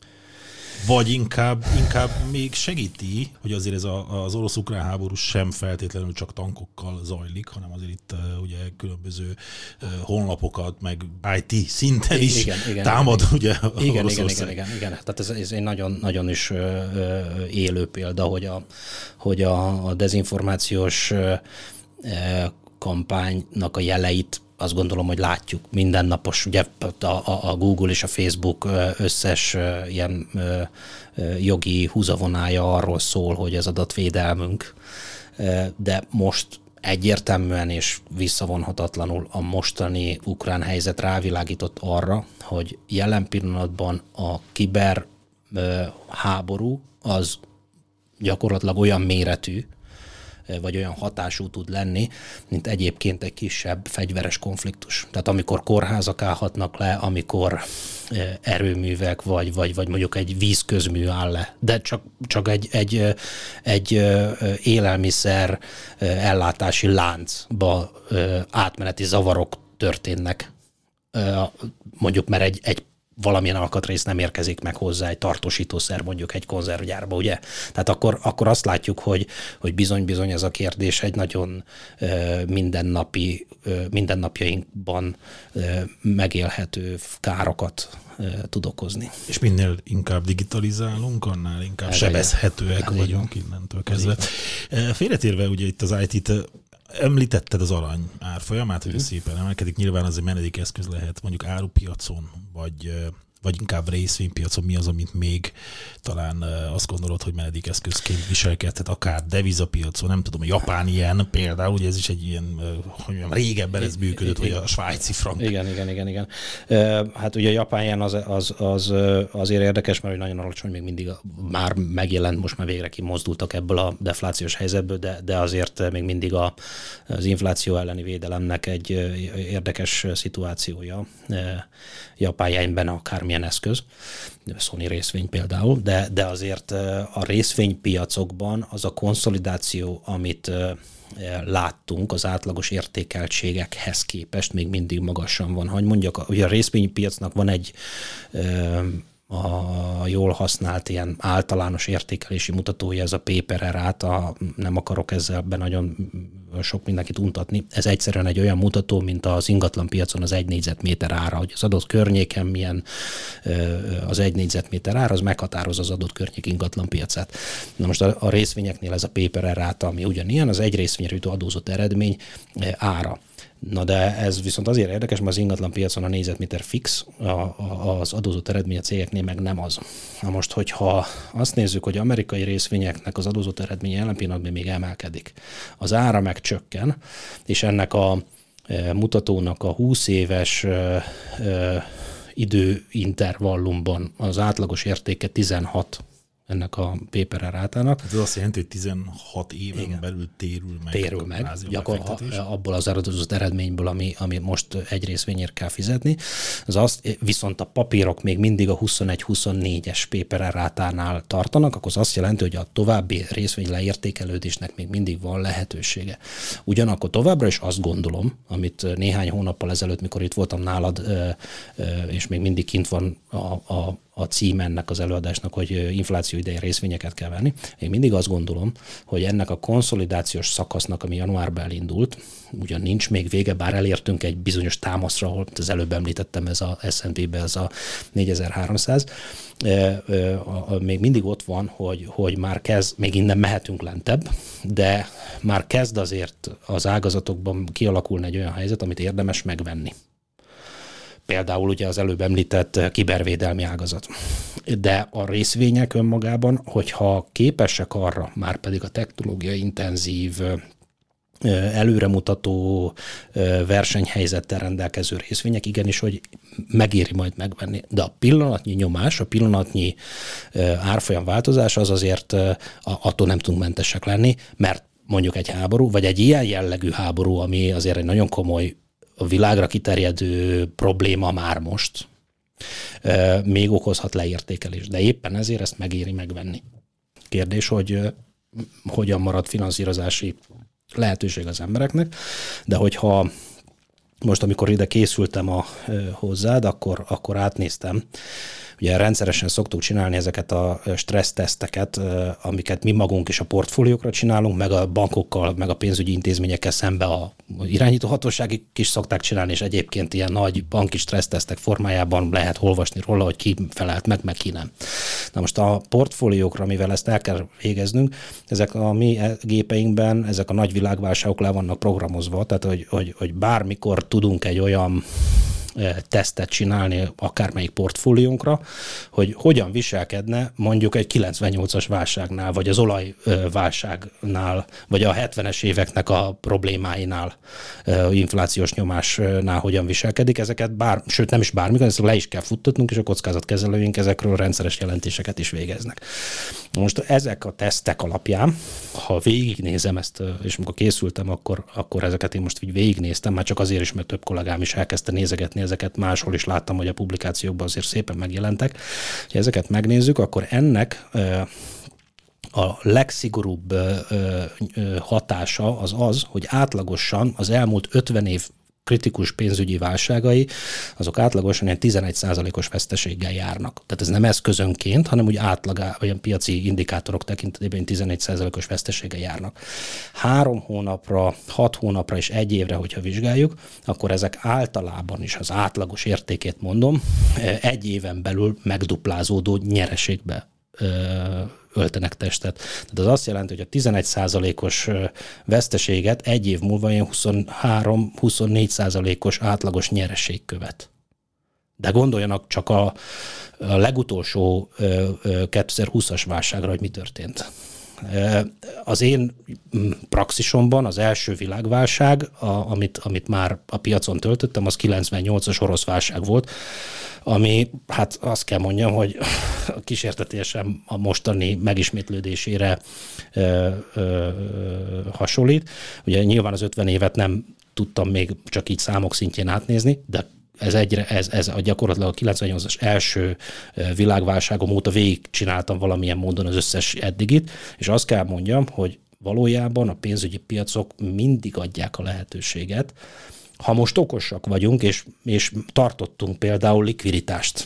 vagy inkább, inkább még segíti, hogy azért ez a, az orosz-ukrán háború sem feltétlenül csak tankokkal zajlik, hanem azért itt uh, ugye különböző uh, honlapokat, meg i té szinten is igen, igen, támad igen, ugye igen, igen, igen, igen, igen. Tehát ez, ez egy nagyon, nagyon is uh, élő példa, hogy a, hogy a, a dezinformációs uh, kampánynak a jeleit azt gondolom, hogy látjuk mindennapos, ugye a, a Google és a Facebook összes ilyen jogi húzavonája arról szól, hogy az adatvédelmünk, de most egyértelműen és visszavonhatatlanul a mostani ukrán helyzet rávilágított arra, hogy jelen pillanatban a kiber háború az gyakorlatilag olyan méretű, vagy olyan hatású tud lenni, mint egyébként egy kisebb fegyveres konfliktus. Tehát amikor kórházak állhatnak le, amikor erőművek, vagy, vagy, vagy mondjuk egy vízközmű áll le, de csak, csak egy, egy, egy élelmiszer ellátási láncba átmeneti zavarok történnek. Mondjuk, mert egy, egy valamilyen alkatrész nem érkezik meg hozzá, egy tartósítószer mondjuk egy konzervgyárba, ugye? Tehát akkor, akkor azt látjuk, hogy, hogy bizony-bizony ez a kérdés egy nagyon uh, mindennapi, uh, mindennapjainkban uh, megélhető károkat uh, tud okozni. És minél inkább digitalizálunk, annál inkább ez sebezhetőek ez vagyunk így innentől kezdve. Félretérve ugye itt az í té-t említetted az arany árfolyamát, hogy ez szépen emelkedik. Nyilván az egy menedékeszköz lehet mondjuk árupiacon, vagy, vagy inkább részvénypiacon. Mi az, amit még talán azt gondolod, hogy menedékeszközként viselkedhet, akár devizapiacon, nem tudom, a japán ilyen például, ugye ez is egy ilyen, hogy mondjam, régebben ez működött, vagy a svájci frank. Igen, igen, igen, igen. Hát ugye a japán ilyen az, az, az azért érdekes, mert nagyon alacsony, még mindig már megjelent, most már végre kimozdultak ebből a deflációs helyzetből, de, de azért még mindig a, az infláció elleni védelemnek egy érdekes szituációja. Japán jenben akármilyen eszköz, Sony részvény például, de, de azért a részvénypiacokban az a konszolidáció, amit láttunk az átlagos értékeltségekhez képest, még mindig magasan van. Hogy mondjak, ugye a részvénypiacnak van egy a jól használt ilyen általános értékelési mutatója, ez a pé per er át, a, nem akarok ezzel be nagyon sok mindenkit untatni. Ez egyszerűen egy olyan mutató, mint az ingatlan piacon az egy négyzetméter ára, hogy az adott környéken milyen az egy négyzetméter ára, az meghatározza az adott környék ingatlan piacát. Na most a, a részvényeknél ez a pé per er át, ami ugyanilyen, az egy részvényre jutó adózott eredmény ára. Na de ez viszont azért érdekes, mert az ingatlan piacon a négyzetméter fix, a, a, az adózott eredmény a cégeknél meg nem az. Na most, hogyha azt nézzük, hogy amerikai részvényeknek az adózott eredménye jelen pillanatban még emelkedik, az ára meg csökken, és ennek a e, mutatónak a húsz éves e, e, időintervallumban az átlagos értéke tizenhat ennek a paper rátának. Ez azt jelenti, hogy tizenhat éven Igen. belül térül meg. Térül meg, gyakorlatilag abból az adott eredményből, ami, ami most egy részvényért kell fizetni. Az azt, viszont a papírok még mindig a huszonegy huszonnégyes paper rátánál tartanak, akkor az azt jelenti, hogy a további részvény leértékelődésnek még mindig van lehetősége. Ugyanakkor továbbra is azt gondolom, amit néhány hónappal ezelőtt, mikor itt voltam nálad, és még mindig kint van a, a a cím ennek az előadásnak, hogy infláció idején részvényeket kell venni. Én mindig azt gondolom, hogy ennek a konszolidációs szakasznak, ami januárban elindult, ugyan nincs még vége, bár elértünk egy bizonyos támaszra, ahol az előbb említettem, ez a es and pé-be ez a négyezer-háromszáz, még mindig ott van, hogy, hogy már kezd, még innen mehetünk lentebb, de már kezd azért az ágazatokban kialakulni egy olyan helyzet, amit érdemes megvenni. Például ugye az előbb említett kibervédelmi ágazat. De a részvények önmagában, hogyha képesek arra, már pedig a technológiai intenzív, előremutató versenyhelyzettel rendelkező részvények, igenis, hogy megéri majd megvenni. De a pillanatnyi nyomás, a pillanatnyi árfolyam változás az azért attól nem tudunk mentesek lenni, mert mondjuk egy háború, vagy egy ilyen jellegű háború, ami azért egy nagyon komoly a világra kiterjedő probléma már most, még okozhat leértékelés. De éppen ezért ezt megéri megvenni. Kérdés, hogy hogyan marad finanszírozási lehetőség az embereknek, de hogyha most, amikor ide készültem a, hozzád, akkor, akkor átnéztem. Ugye rendszeresen szoktuk csinálni ezeket a stresszteszteket, amiket mi magunk is a portfóliókra csinálunk, meg a bankokkal, meg a pénzügyi intézményekkel szembe a irányítóhatóságig is szokták csinálni, és egyébként ilyen nagy banki stressztesztek formájában lehet olvasni róla, hogy ki felelt meg, meg ki nem. Na most a portfóliókra, mivel ezt el kell végeznünk, ezek a mi gépeinkben, ezek a nagy világválságok le vannak programozva, tehát hogy, hogy, hogy bármikor tudunk egy olyan tesztet csinálni akármelyik portfóliónkra, hogy hogyan viselkedne mondjuk egy kilencvennyolcas válságnál, vagy az olajválságnál, vagy a hetvenes éveknek a problémáinál, inflációs nyomásnál hogyan viselkedik. Ezeket bár, sőt nem is bármikor, ezt le is kell futtatnunk, és a kockázatkezelőink ezekről rendszeres jelentéseket is végeznek. Most ezek a tesztek alapján, ha végignézem ezt, és amikor készültem, akkor, akkor ezeket én most így végignéztem, már csak azért is, mert több kollégám is elkezdte nézegetni ezeket, máshol is láttam, hogy a publikációkban azért szépen megjelentek. Ha ezeket megnézzük, akkor ennek a legszigorúbb hatása az az, hogy átlagosan az elmúlt ötven év kritikus pénzügyi válságai, azok átlagosan ilyen tizenegy százalékos veszteséggel járnak. Tehát ez nem eszközönként, hanem úgy átlag, olyan piaci indikátorok tekintetében tizenegy százalékos veszteséggel járnak. Három hónapra, hat hónapra és egy évre, hogyha vizsgáljuk, akkor ezek általában is az átlagos értékét mondom, egy éven belül megduplázódó nyereségbe öltenek testet. Tehát az azt jelenti, hogy a tizenegy százalékos veszteséget egy év múlva ilyen huszonhárom-huszonnégy százalékos átlagos nyereség követ. De gondoljanak csak a, a legutolsó kétezer-húszas válságra, hogy mi történt. Az én praxisomban az első világválság, a, amit, amit már a piacon töltöttem, az kilencvennyolcas orosz válság volt, ami, hát azt kell mondjam, hogy kísértetésen a mostani megismétlődésére ö, ö, hasonlít. Ugye nyilván az ötven évet nem tudtam még csak így számok szintjén átnézni, de ez, egyre, ez, ez a gyakorlatilag a kilencvennyolcas első világválságom óta végigcsináltam valamilyen módon az összes eddigit, és azt kell mondjam, hogy valójában a pénzügyi piacok mindig adják a lehetőséget, ha most okosak vagyunk, és, és tartottunk például likviditást.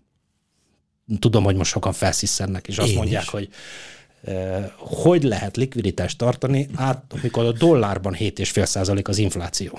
Tudom, hogy most sokan felszisszennek, és azt Én mondják, is. hogy eh, hogy lehet likviditást tartani, át, amikor a dollárban hét egész öt százalék az infláció.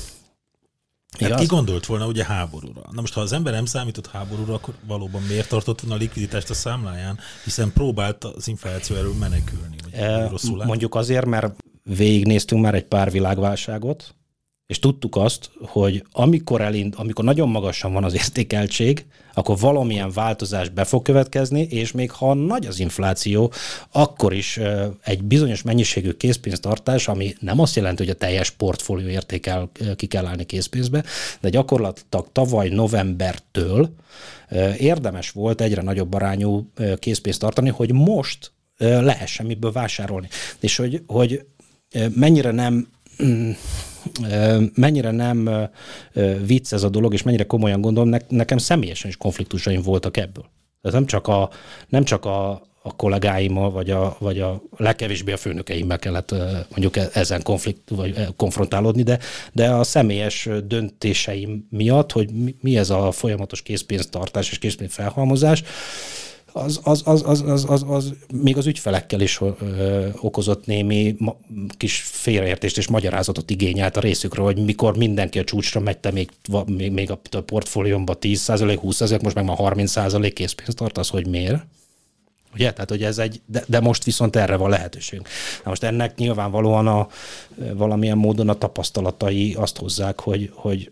Hát ki gondolt volna ugye háborúra? Na most, ha az ember nem számított háborúra, akkor valóban miért tartott volna a likviditást a számláján, hiszen próbált az infláció elől menekülni. Vagy e, mondjuk azért, mert végignéztünk már egy pár világválságot, és tudtuk azt, hogy amikor, elind, amikor nagyon magasan van az értékeltség, akkor valamilyen változás be fog következni, és még ha nagy az infláció, akkor is egy bizonyos mennyiségű készpénztartás, ami nem azt jelenti, hogy a teljes portfólió értékel ki kell állni készpénzbe, de gyakorlatilag tavaly novembertől érdemes volt egyre nagyobb arányú készpénzt tartani, hogy most lehessen miből vásárolni. És hogy, hogy mennyire nem mennyire nem vicc ez a dolog, és mennyire komolyan gondolom, nekem személyesen is konfliktusaim voltak ebből. Tehát nem csak a, nem csak a, a kollégáimmal, vagy a, vagy a legkevésbé a főnökeimmel kellett mondjuk ezen konflikt, vagy konfrontálódni, de, de a személyes döntéseim miatt, hogy mi ez a folyamatos készpénztartás és készpénzfelhalmozás, Az, az, az, az, az, az, az még az ügyfelekkel is ö, okozott némi ma, kis félreértést és magyarázatot igényelt a részükről, hogy mikor mindenki a csúcsra megy, te még, még, még a, a portfóliómban tíz százalék, húsz százalék, most meg már harminc százalék készpénzt tartasz, hogy miért? Ugye? Tehát, hogy ez egy, de, de most viszont erre van lehetőségünk. Na most ennek nyilvánvalóan a, valamilyen módon a tapasztalatai azt hozzák, hogy, hogy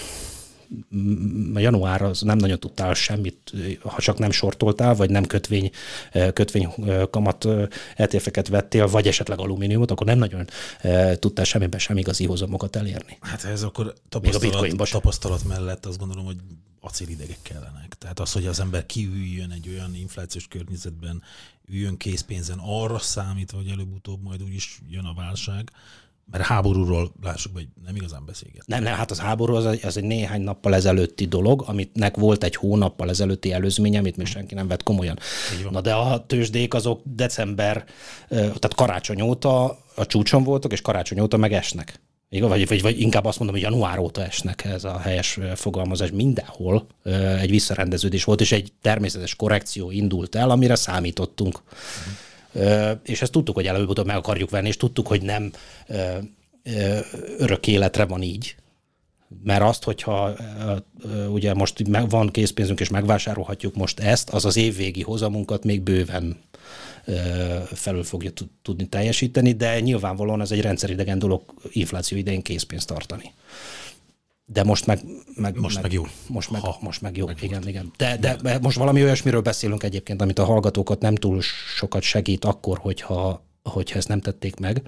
januárra az nem nagyon tudtál semmit, ha csak nem sortoltál, vagy nem kötvény, kötvény kamat é té ef-eket vettél, vagy esetleg alumíniumot, akkor nem nagyon tudtál semmiben sem igazi hozamokat elérni. Hát ez akkor tapasztalat, tapasztalat mellett azt gondolom, hogy acélidegek kellenek. Tehát az, hogy az ember kiüljön egy olyan inflációs környezetben, üljön készpénzen, arra számítva, hogy előbb-utóbb majd úgyis jön a válság, mert háborúról, lássuk, hogy nem igazán beszélget. Nem, nem, hát az háború az egy, az egy néhány nappal ezelőtti dolog, amitnek volt egy hónappal ezelőtti előzménye, amit még senki nem vett komolyan. Na de a tőzsdék azok december, tehát karácsony óta a csúcson voltak, és karácsony óta meg esnek. Vagy, vagy, vagy inkább azt mondom, hogy január óta esnek, ez a helyes fogalmazás. Mindenhol egy visszarendeződés volt, és egy természetes korrekció indult el, amire számítottunk. Uh-huh. Uh, és ezt tudtuk, hogy előbb-utóbb meg akarjuk venni, és tudtuk, hogy nem uh, uh, örök életre van így. Mert azt, hogyha uh, ugye most van készpénzünk, és megvásárolhatjuk most ezt, az az évvégi hozamunkat még bőven uh, felül fogja tudni teljesíteni, de nyilvánvalóan ez egy rendszeridegen dolog infláció idején készpénzt tartani. De most meg, meg, most meg, meg jó. Most meg, most meg jó, meg igen, igen. De, de most valami olyasmiről beszélünk egyébként, amit a hallgatókat nem túl sokat segít akkor, hogyha, hogyha ezt nem tették meg,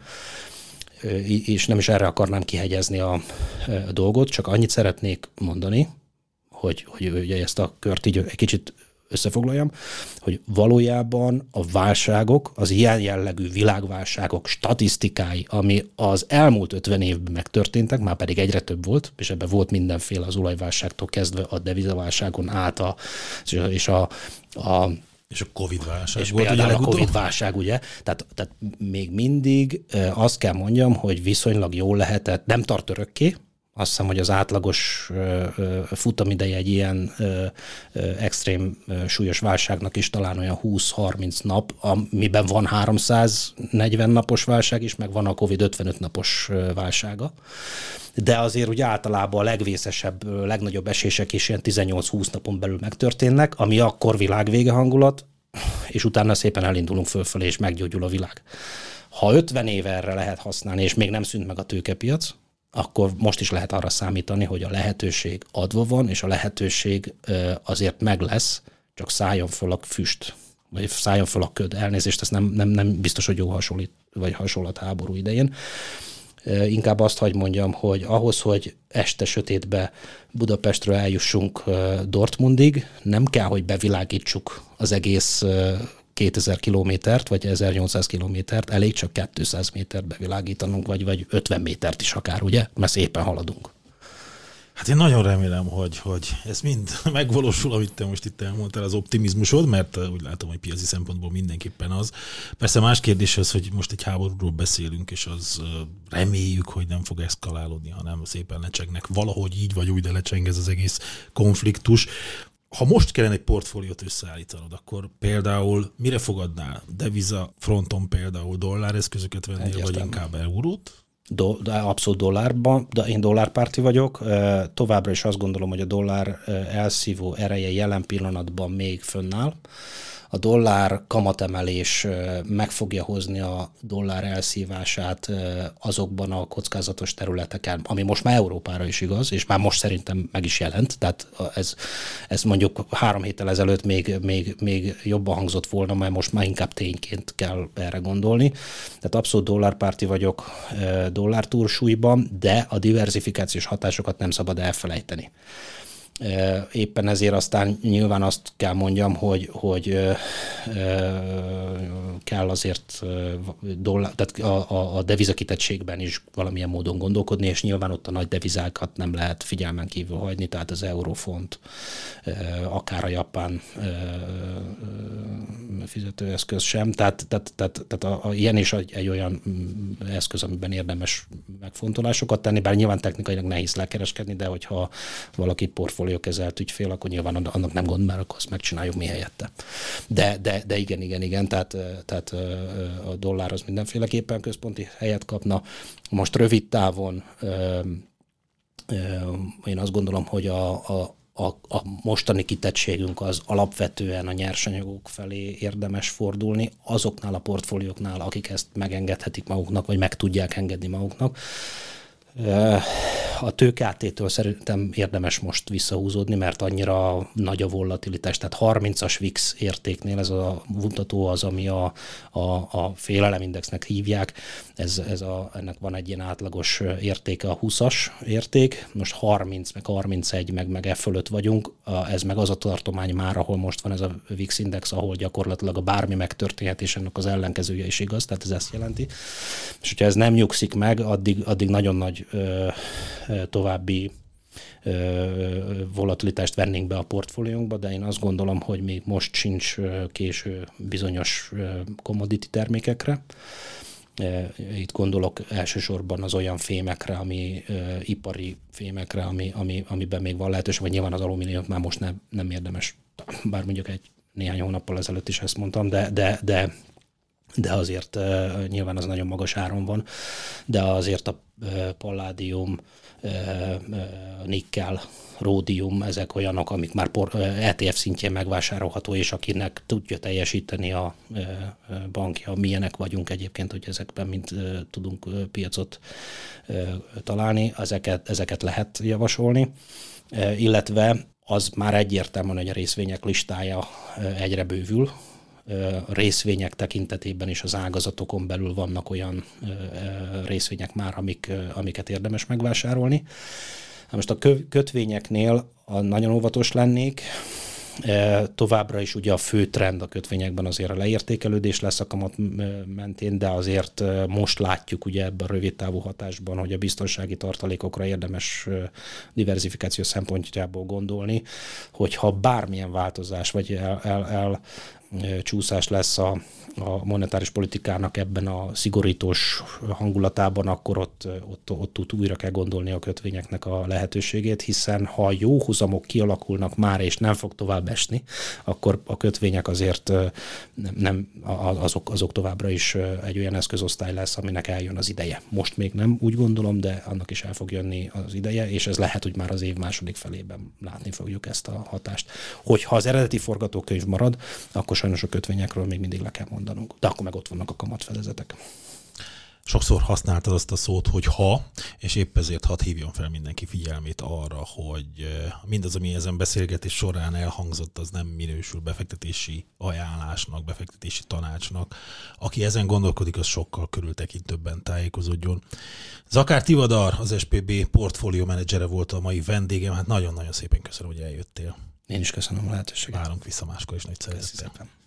és nem is erre akarnám kihegyezni a, a dolgot, csak annyit szeretnék mondani, hogy, hogy, hogy ezt a kört így egy kicsit összefoglaljam, hogy valójában a válságok, az ilyen jellegű világválságok statisztikái, ami az elmúlt ötven évben megtörténtek, már pedig egyre több volt, és ebben volt mindenféle az olajválságtól kezdve a devizaválságon át a, és a, a és a Covid-válság és volt. Például a Covid-válság, ugye? Tehát, tehát még mindig azt kell mondjam, hogy viszonylag jól lehetett, nem tart örökké. Azt hiszem, hogy az átlagos futamideje egy ilyen ö, ö, extrém ö, súlyos válságnak is talán olyan húsz-harminc nap, amiben van háromszáznegyven napos válság is, meg van a Covid ötvenöt napos válsága. De azért úgy általában a legvészesebb, legnagyobb esések is ilyen tizennyolc-húsz napon belül megtörténnek, ami akkor világvége hangulat, és utána szépen elindulunk fölfelé, és meggyógyul a világ. Ha ötven éve erre lehet használni, és még nem szűnt meg a tőkepiac, akkor most is lehet arra számítani, hogy a lehetőség adva van, és a lehetőség azért meg lesz, csak szálljon föl a füst, vagy szálljon föl a köd. Elnézést, ez nem, nem, nem biztos, hogy jó hasonlít, vagy hasonlat háború idején. Inkább azt hagy mondjam, hogy ahhoz, hogy este sötétbe Budapestről eljussunk Dortmundig, nem kell, hogy bevilágítsuk az egész kétezer kilométert, vagy ezernyolcszáz kilométert, elég csak kétszáz métert bevilágítanunk, vagy, vagy ötven métert is akár, ugye? Mert szépen haladunk. Hát én nagyon remélem, hogy, hogy ez mind megvalósul, amit te most itt elmondtál, az optimizmusod, mert úgy látom, hogy piaci szempontból mindenképpen az. Persze más kérdés az, hogy most egy háborúról beszélünk, és az reméljük, hogy nem fog eszkalálódni, hanem szépen lecsengnek. Valahogy így vagy úgy, de lecseng ez az egész konfliktus. Ha most kellene egy portfóliót összeállítanod, akkor például mire fogadnál? Deviza fronton például dolláreszközöket vennél, Egyértelmű. Vagy inkább eurót? Do, de abszolút dollárban, de én dollárpárti vagyok. Továbbra is azt gondolom, hogy a dollár elszívó ereje jelen pillanatban még fönnáll. a dollár kamatemelés meg fogja hozni a dollár elszívását azokban a kockázatos területeken, ami most már Európára is igaz, és már most szerintem meg is jelent, tehát ez, ez mondjuk három héttel ezelőtt még, még, még jobban hangzott volna, mert most már inkább tényként kell erre gondolni. Tehát abszolút dollárpárti vagyok dollártúrsúlyban, de a diversifikációs hatásokat nem szabad elfelejteni. Éppen ezért aztán nyilván azt kell mondjam, hogy, hogy kell azért dollár, tehát a, a, a devizakitettségben is valamilyen módon gondolkodni, és nyilván ott a nagy devizákat nem lehet figyelmen kívül hagyni, tehát az eurofont, akár a japán fizetőeszköz sem. Tehát, tehát, tehát, tehát a, a, ilyen is egy, egy olyan eszköz, amiben érdemes megfontolásokat tenni, bár nyilván technikailag nehéz lekereskedni, de hogyha valaki portfóliókezelt ügyfél, akkor nyilván annak nem gond, mert akkor azt megcsináljuk mi helyette. De, de, de igen, igen, igen, tehát, tehát a dollár az mindenféleképpen központi helyet kapna. Most rövid távon én azt gondolom, hogy a, a A, a mostani kitettségünk az alapvetően a nyersanyagok felé érdemes fordulni, azoknál a portfólióknál, akik ezt megengedhetik maguknak, vagy meg tudják engedni maguknak. A tőkeáttétől szerintem érdemes most visszahúzódni, mert annyira nagy a volatilitás, tehát harmincas vé i iksz értéknél ez a mutató az, ami a, a, a félelemindexnek hívják, ez, ez a, ennek van egy ilyen átlagos értéke, a húszas érték, most harminc, meg harmincegy, meg, meg e fölött vagyunk, ez meg az a tartomány már, ahol most van ez a vé i iksz index, ahol gyakorlatilag a bármi megtörténhet, és ennek az ellenkezője is igaz, tehát ez ezt jelenti. És hogyha ez nem nyugszik meg, addig, addig nagyon nagy Ö, ö, további ö, volatilitást vennénk be a portfóliónkba, de én azt gondolom, hogy még most sincs késő bizonyos commodity termékekre. Itt gondolok elsősorban az olyan fémekre, ami ö, ipari fémekre, ami, ami, amiben még van lehetőség, vagy nyilván az alumíniumot már most nem, nem érdemes, bár mondjuk egy néhány hónappal ezelőtt is ezt mondtam, de, de, de de azért uh, nyilván az nagyon magas áron van, de azért a uh, palládium, uh, uh, nikkel, ródium, ezek olyanok, amik már por, uh, é té ef szintjén megvásárolható, és akinek tudja teljesíteni a uh, bankja, milyenek vagyunk egyébként, hogy ezekben mind uh, tudunk uh, piacot uh, találni, ezeket, ezeket lehet javasolni, uh, illetve az már egyértelműen, hogy a részvények listája uh, egyre bővül, részvények tekintetében is az ágazatokon belül vannak olyan részvények már, amik, amiket érdemes megvásárolni. Most a kötvényeknél nagyon óvatos lennék, továbbra is ugye a fő trend a kötvényekben azért a leértékelődés lesz a kamat mentén, de azért most látjuk ugye ebben a rövid távú hatásban, hogy a biztonsági tartalékokra érdemes diversifikáció szempontjából gondolni, hogyha bármilyen változás vagy el, el, el csúszás lesz a, a monetáris politikának ebben a szigorítós hangulatában, akkor ott, ott, ott, ott újra kell gondolni a kötvényeknek a lehetőségét, hiszen ha jó hozamok kialakulnak már, és nem fog tovább esni, akkor a kötvények azért nem, nem azok, azok továbbra is egy olyan eszközosztály lesz, aminek eljön az ideje. Most még nem úgy gondolom, de annak is el fog jönni az ideje, és ez lehet, hogy már az év második felében látni fogjuk ezt a hatást. Hogyha az eredeti forgatókönyv marad, akkor sajnos a kötvényekről még mindig le kell mondanunk. De akkor meg ott vannak a kamatfedezetek. Sokszor használtad azt a szót, hogy ha, és épp ezért hadd hívjon fel mindenki figyelmét arra, hogy mindaz, ami ezen beszélgetés során elhangzott, az nem minősül befektetési ajánlásnak, befektetési tanácsnak. Aki ezen gondolkodik, az sokkal körültekintőbben tájékozódjon. Zakár Tivadar, az es pé bé portfólió menedzsere volt a mai vendégem. Hát nagyon-nagyon szépen köszönöm, hogy eljöttél. Én is köszönöm a lehetőséget. Várunk vissza máskor is, nagy szeretettel.